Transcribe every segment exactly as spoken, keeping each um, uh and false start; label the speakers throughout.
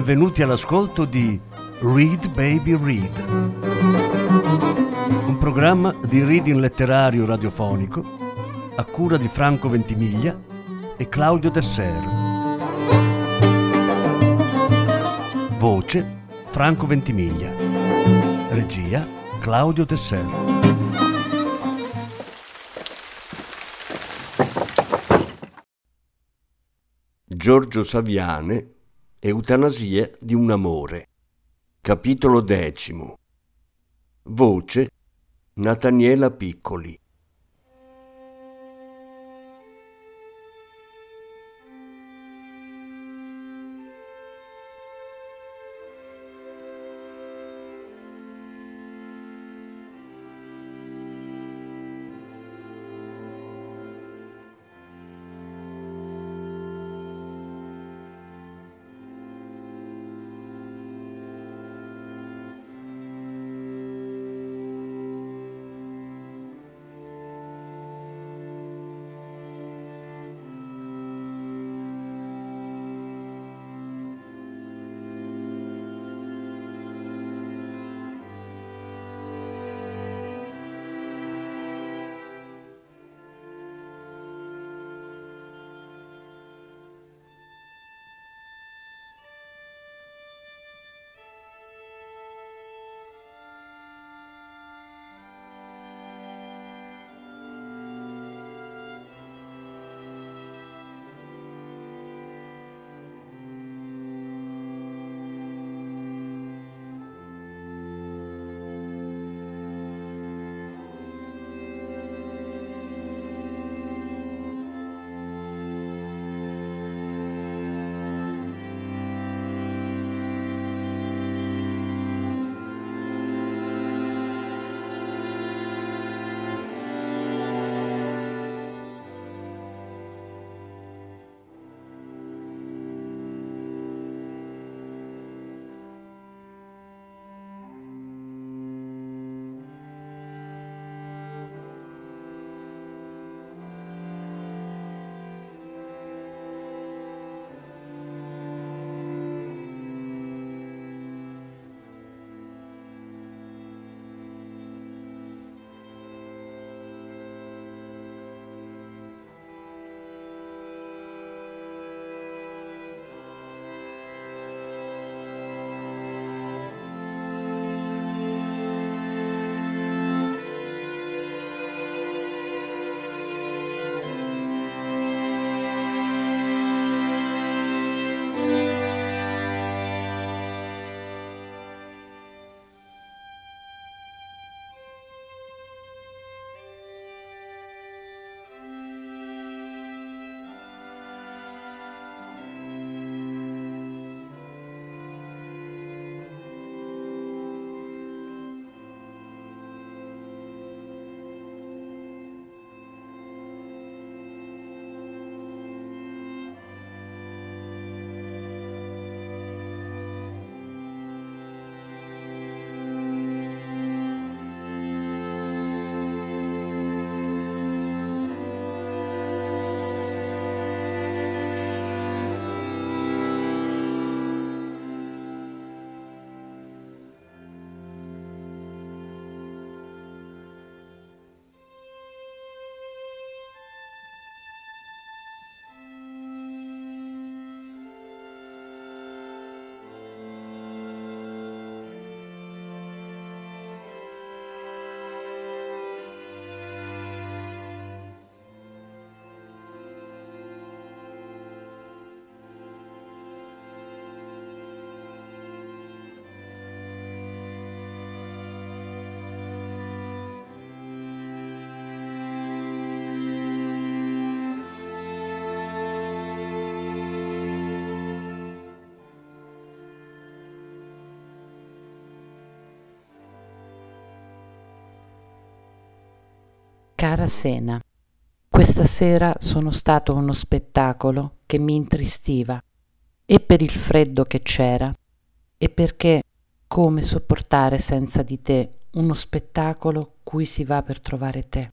Speaker 1: benvenuti all'ascolto di Read Baby Read, un programma di reading letterario radiofonico a cura di Franco Ventimiglia e Claudio Desser. Voce Franco Ventimiglia. Regia Claudio Desser. Giorgio Saviane, Eutanasia di un amore. Capitolo decimo. Voce Nataniela Piccoli.
Speaker 2: Cara Sena, questa sera sono stato uno spettacolo che mi intristiva, e per il freddo che c'era, e perché come sopportare senza di te uno spettacolo cui si va per trovare te.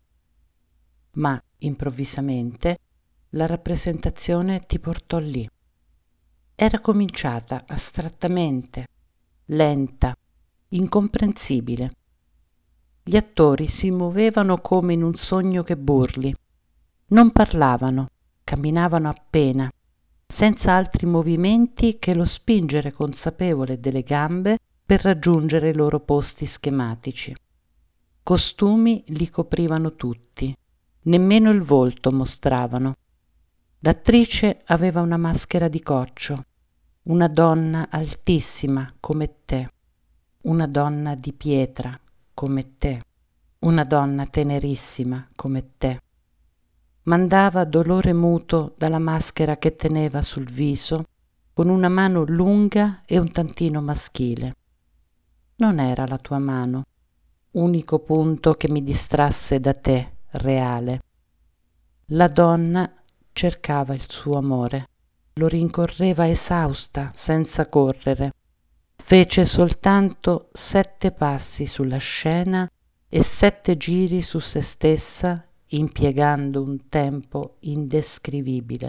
Speaker 2: Ma improvvisamente la rappresentazione ti portò lì. Era cominciata astrattamente, lenta, incomprensibile. Gli attori si muovevano come in un sogno che burli. Non parlavano, camminavano appena, senza altri movimenti che lo spingere consapevole delle gambe per raggiungere i loro posti schematici. Costumi li coprivano tutti, nemmeno il volto mostravano. L'attrice aveva una maschera di coccio, una donna altissima come te, una donna di pietra come te, una donna tenerissima come te. Mandava dolore muto dalla maschera che teneva sul viso con una mano lunga e un tantino maschile. Non era la tua mano, unico punto che mi distrasse da te, reale. La donna cercava il suo amore, lo rincorreva esausta, senza correre. Fece soltanto sette passi sulla scena e sette giri su se stessa, impiegando un tempo indescrivibile.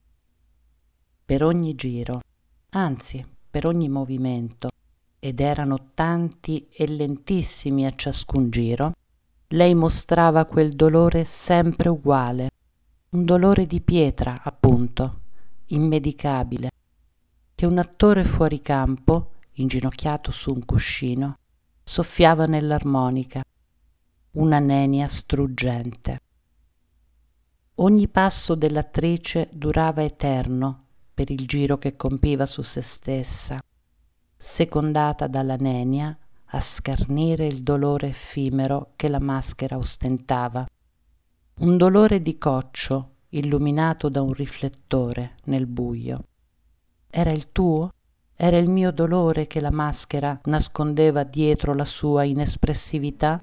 Speaker 2: Per ogni giro, anzi per ogni movimento, ed erano tanti e lentissimi a ciascun giro, lei mostrava quel dolore sempre uguale, un dolore di pietra, appunto, immedicabile, che un attore fuori campo, inginocchiato su un cuscino, soffiava nell'armonica, una nenia struggente. Ogni passo dell'attrice durava eterno per il giro che compiva su se stessa, secondata dalla nenia a scarnire il dolore effimero che la maschera ostentava. Un dolore di coccio illuminato da un riflettore nel buio. Era il tuo? Era il mio dolore che la maschera nascondeva dietro la sua inespressività?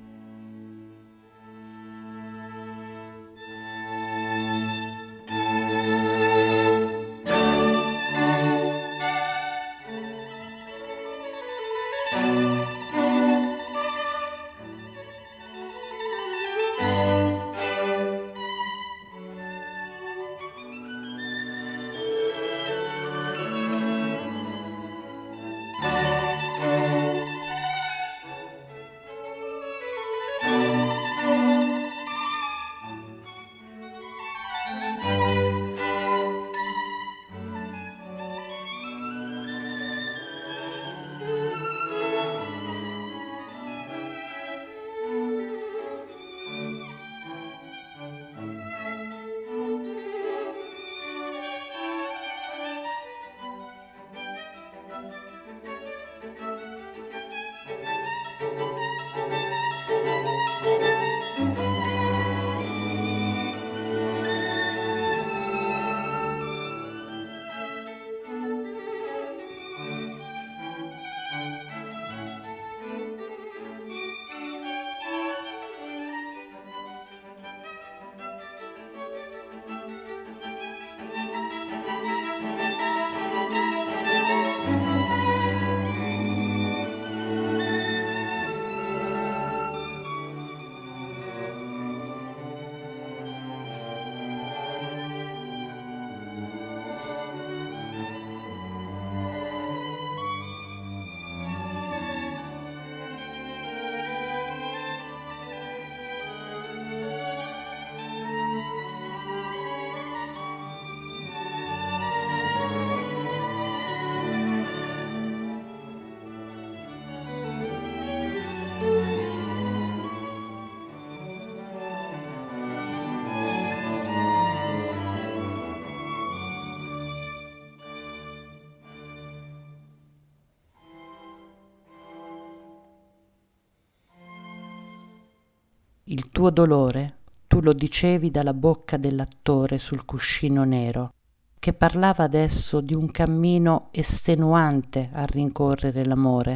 Speaker 2: Il tuo dolore, tu lo dicevi dalla bocca dell'attore sul cuscino nero, che parlava adesso di un cammino estenuante a rincorrere l'amore.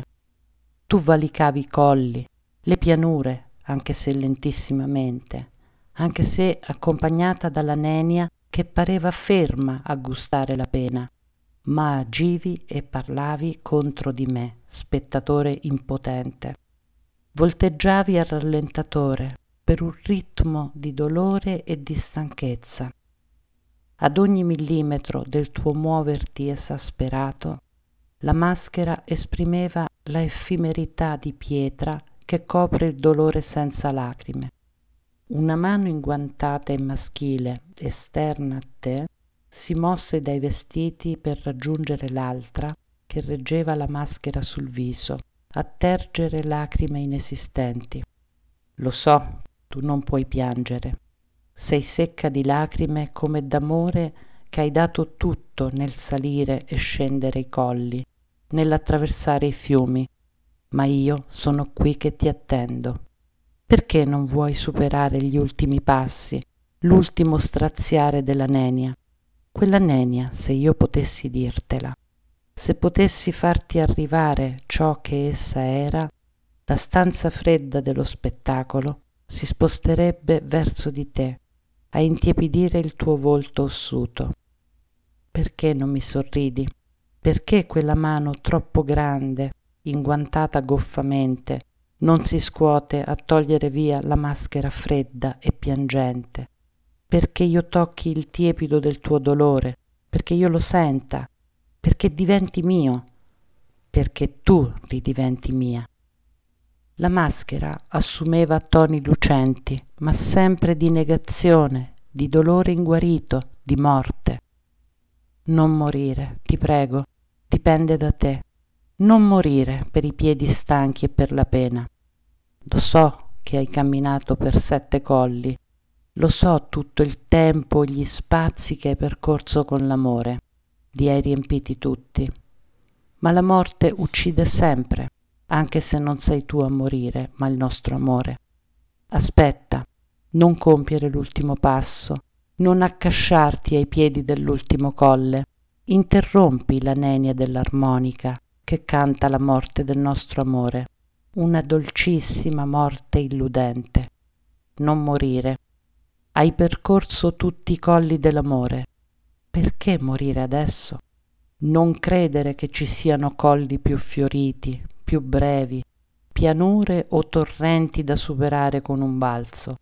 Speaker 2: Tu valicavi i colli, le pianure, anche se lentissimamente, anche se accompagnata dalla nenia che pareva ferma a gustare la pena, ma agivi e parlavi contro di me, spettatore impotente. Volteggiavi al rallentatore per un ritmo di dolore e di stanchezza. Ad ogni millimetro del tuo muoverti esasperato, la maschera esprimeva la effimerità di pietra che copre il dolore senza lacrime. Una mano inguantata e maschile, esterna a te, si mosse dai vestiti per raggiungere l'altra che reggeva la maschera sul viso, a tergere lacrime inesistenti. Lo so, tu non puoi piangere. Sei secca di lacrime come d'amore che hai dato tutto nel salire e scendere i colli, nell'attraversare i fiumi, ma io sono qui che ti attendo. Perché non vuoi superare gli ultimi passi, l'ultimo straziare della nenia? Quella nenia, se io potessi dirtela, se potessi farti arrivare ciò che essa era, la stanza fredda dello spettacolo si sposterebbe verso di te, a intiepidire il tuo volto ossuto. Perché non mi sorridi? Perché quella mano troppo grande, inguantata goffamente, non si scuote a togliere via la maschera fredda e piangente? Perché io tocchi il tiepido del tuo dolore? Perché io lo senta? Perché diventi mio? Perché tu ridiventi mia. La maschera assumeva toni lucenti, ma sempre di negazione, di dolore inguarito, di morte. Non morire, ti prego, dipende da te. Non morire per i piedi stanchi e per la pena. Lo so che hai camminato per sette colli, lo so tutto il tempo e gli spazi che hai percorso con l'amore, li hai riempiti tutti. Ma la morte uccide sempre, anche se non sei tu a morire, ma il nostro amore. Aspetta, non compiere l'ultimo passo, non accasciarti ai piedi dell'ultimo colle. Interrompi la nenia dell'armonica che canta la morte del nostro amore, una dolcissima morte illudente. Non morire. Hai percorso tutti i colli dell'amore. Perché morire adesso? Non credere che ci siano colli più fioriti, più brevi, pianure o torrenti da superare con un balzo.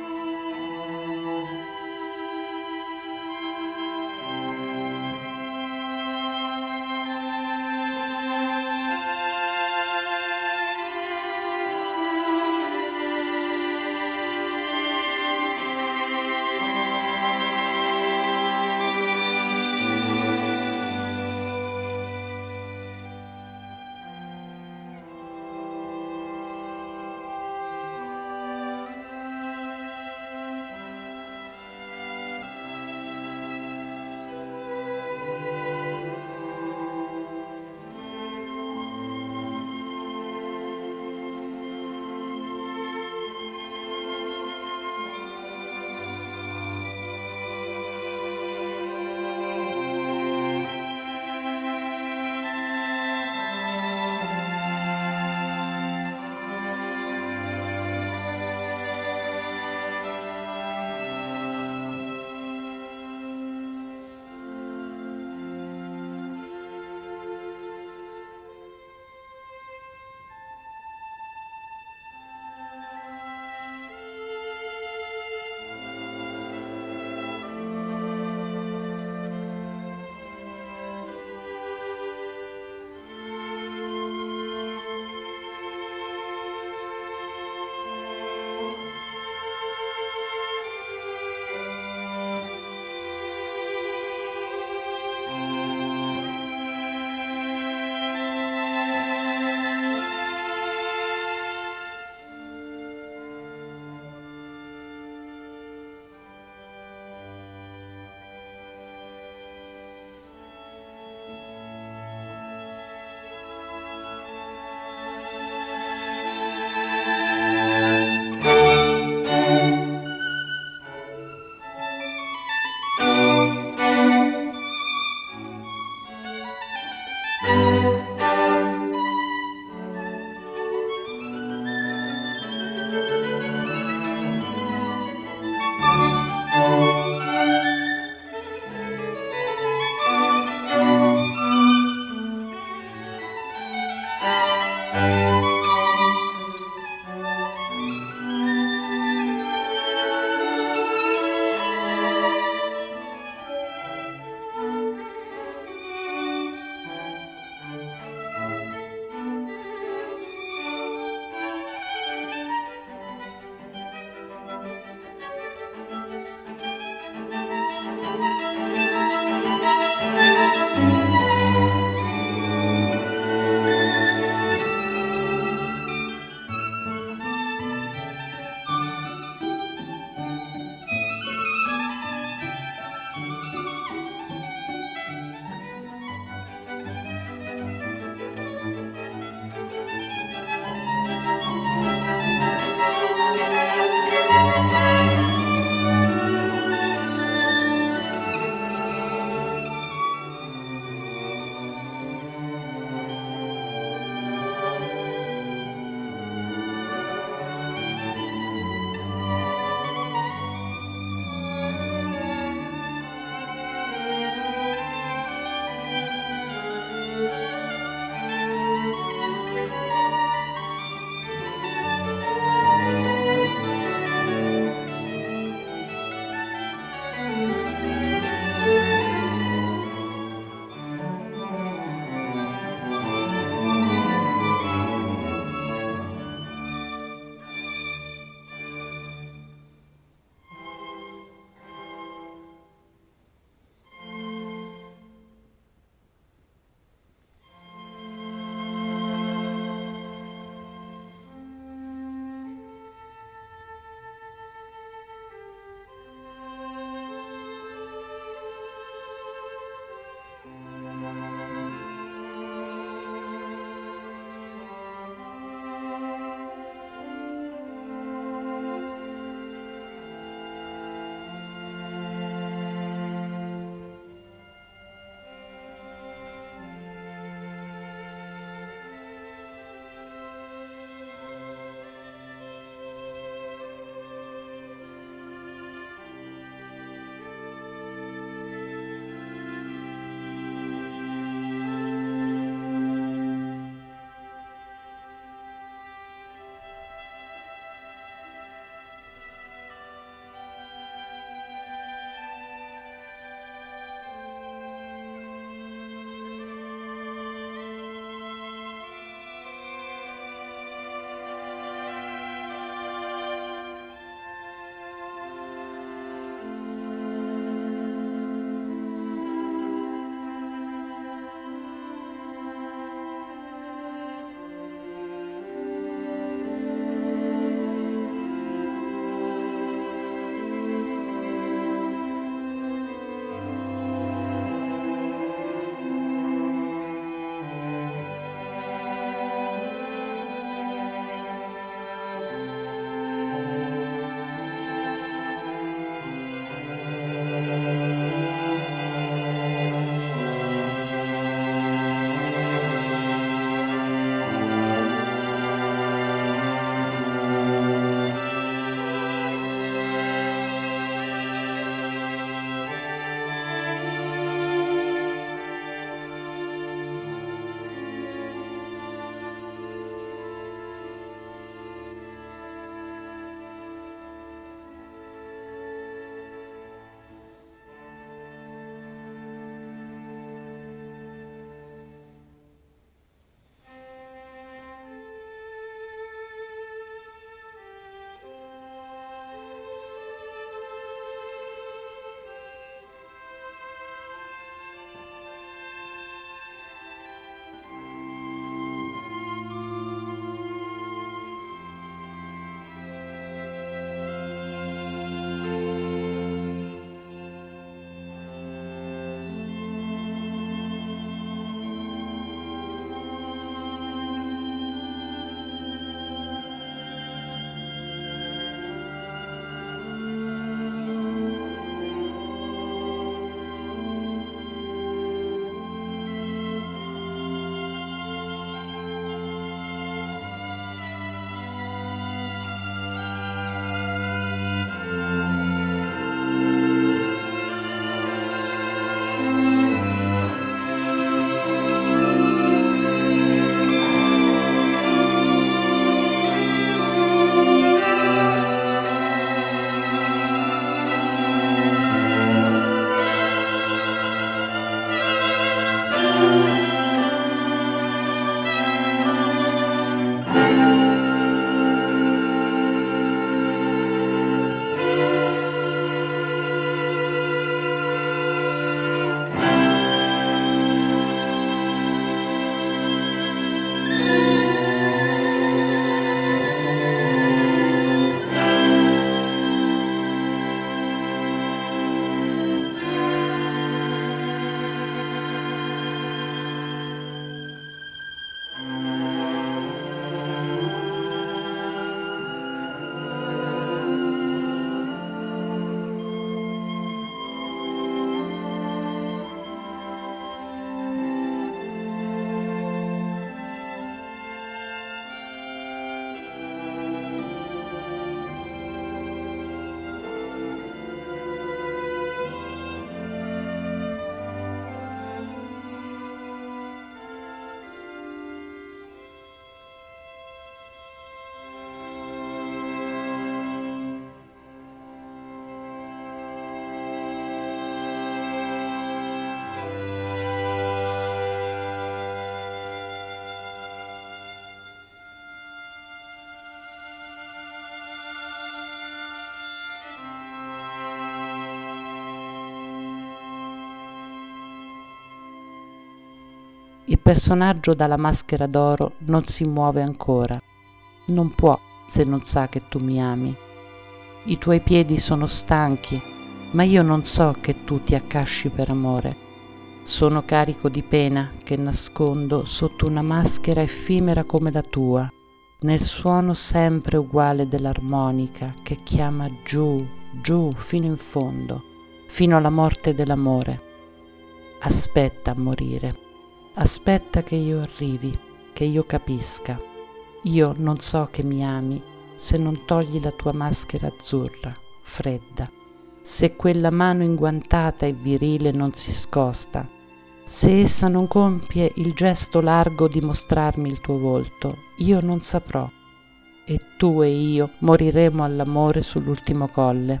Speaker 2: personaggio dalla maschera d'oro non si muove ancora. Non può se non sa che tu mi ami. I tuoi piedi sono stanchi, ma io non so che tu ti accasci per amore. Sono carico di pena che nascondo sotto una maschera effimera come la tua, nel suono sempre uguale dell'armonica che chiama giù, giù, fino in fondo, fino alla morte dell'amore. Aspetta a morire, aspetta che io arrivi, che io capisca. Io non so che mi ami se non togli la tua maschera azzurra, fredda, se quella mano inguantata e virile non si scosta, se essa non compie il gesto largo di mostrarmi il tuo volto, io non saprò, e tu e io moriremo all'amore sull'ultimo colle.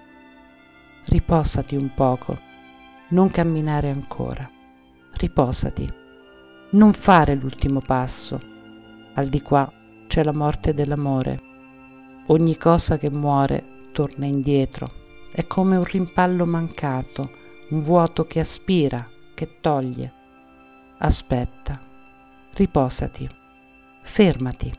Speaker 2: Riposati un poco, non camminare ancora, riposati, non fare l'ultimo passo, al di qua c'è la morte dell'amore. Ogni cosa che muore torna indietro, è come un rimpallo mancato, un vuoto che aspira, che toglie. Aspetta, riposati, fermati.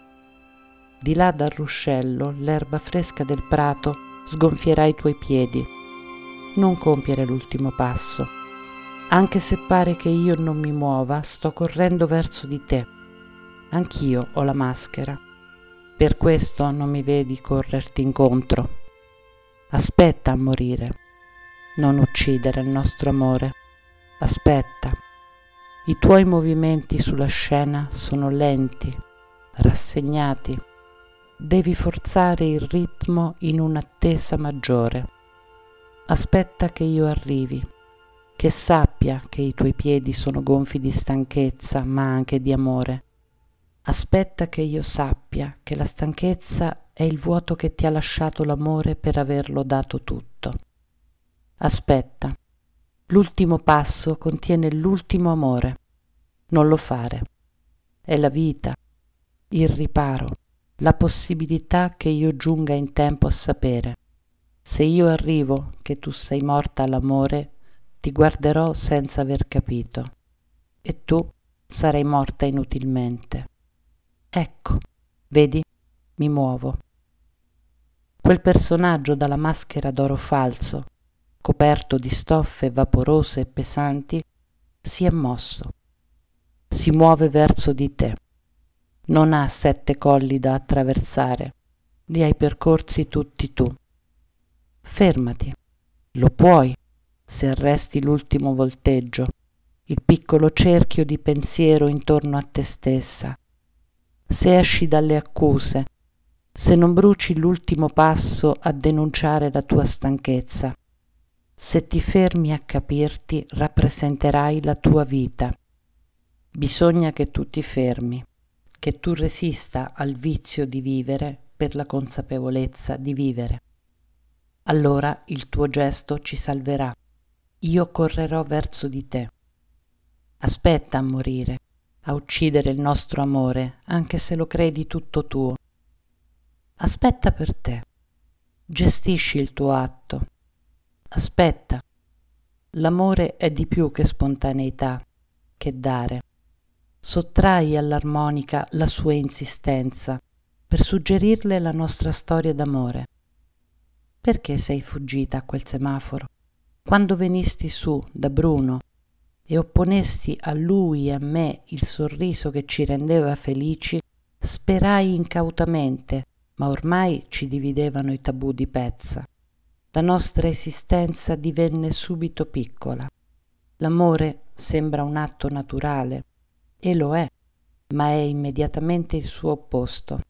Speaker 2: Di là dal ruscello l'erba fresca del prato sgonfierà i tuoi piedi. Non compiere l'ultimo passo. Anche se pare che io non mi muova, sto correndo verso di te. Anch'io ho la maschera. Per questo non mi vedi correrti incontro. Aspetta a morire, non uccidere il nostro amore. Aspetta. I tuoi movimenti sulla scena sono lenti, rassegnati. Devi forzare il ritmo in un'attesa maggiore. Aspetta che io arrivi, che sappia che i tuoi piedi sono gonfi di stanchezza, ma anche di amore. Aspetta che io sappia che la stanchezza è il vuoto che ti ha lasciato l'amore per averlo dato tutto. Aspetta. L'ultimo passo contiene l'ultimo amore. Non lo fare. È la vita, il riparo, la possibilità che io giunga in tempo a sapere. Se io arrivo che tu sei morta all'amore, ti guarderò senza aver capito. E tu sarai morta inutilmente. Ecco, vedi, mi muovo. Quel personaggio dalla maschera d'oro falso, coperto di stoffe vaporose e pesanti, si è mosso. Si muove verso di te. Non ha sette colli da attraversare, li hai percorsi tutti tu. Fermati, lo puoi, se arresti l'ultimo volteggio, il piccolo cerchio di pensiero intorno a te stessa. Se esci dalle accuse, se non bruci l'ultimo passo a denunciare la tua stanchezza, se ti fermi a capirti, rappresenterai la tua vita. Bisogna che tu ti fermi, che tu resista al vizio di vivere per la consapevolezza di vivere. Allora il tuo gesto ci salverà. Io correrò verso di te. Aspetta a morire, a uccidere il nostro amore, anche se lo credi tutto tuo. Aspetta per te. Gestisci il tuo atto. Aspetta. L'amore è di più che spontaneità, che dare. Sottrai all'armonica la sua insistenza per suggerirle la nostra storia d'amore. Perché sei fuggita a quel semaforo? Quando venisti su da Bruno e opponesti a lui e a me il sorriso che ci rendeva felici, sperai incautamente, ma ormai ci dividevano i tabù di Pezza. La nostra esistenza divenne subito piccola. L'amore sembra un atto naturale, e lo è, ma è immediatamente il suo opposto.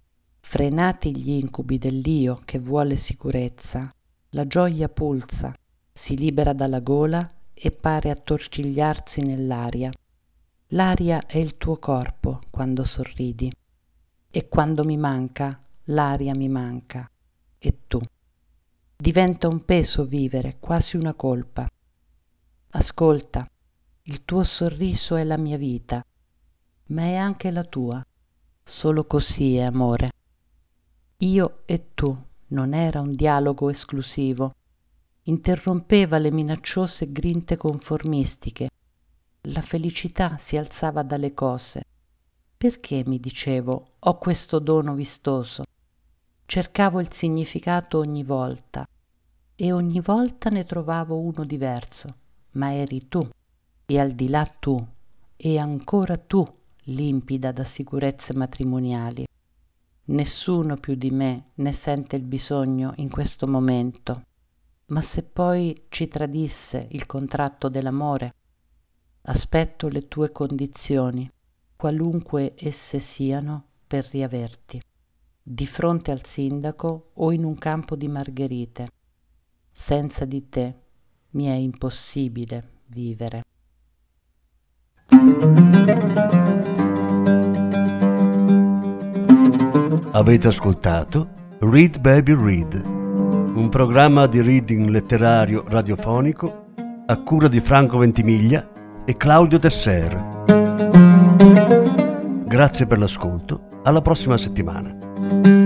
Speaker 2: Frenati gli incubi dell'io che vuole sicurezza, la gioia pulsa, si libera dalla gola e pare attorcigliarsi nell'aria. L'aria è il tuo corpo quando sorridi, e quando mi manca, l'aria mi manca, e tu. Diventa un peso vivere, quasi una colpa. Ascolta, il tuo sorriso è la mia vita, ma è anche la tua. Solo così è amore. Io e tu non era un dialogo esclusivo. Interrompeva le minacciose grinte conformistiche, la felicità si alzava dalle cose. Perché, mi dicevo, ho questo dono vistoso? Cercavo il significato ogni volta e ogni volta ne trovavo uno diverso, ma eri tu, e al di là tu, e ancora tu, limpida da sicurezze matrimoniali. Nessuno più di me ne sente il bisogno in questo momento, ma se poi ci tradisse il contratto dell'amore, aspetto le tue condizioni, qualunque esse siano, per riaverti, di fronte al sindaco o in un campo di margherite. Senza di te mi è impossibile vivere.
Speaker 1: Avete ascoltato Read Baby Read, un programma di reading letterario radiofonico a cura di Franco Ventimiglia e Claudio Tesser. Grazie per l'ascolto, alla prossima settimana.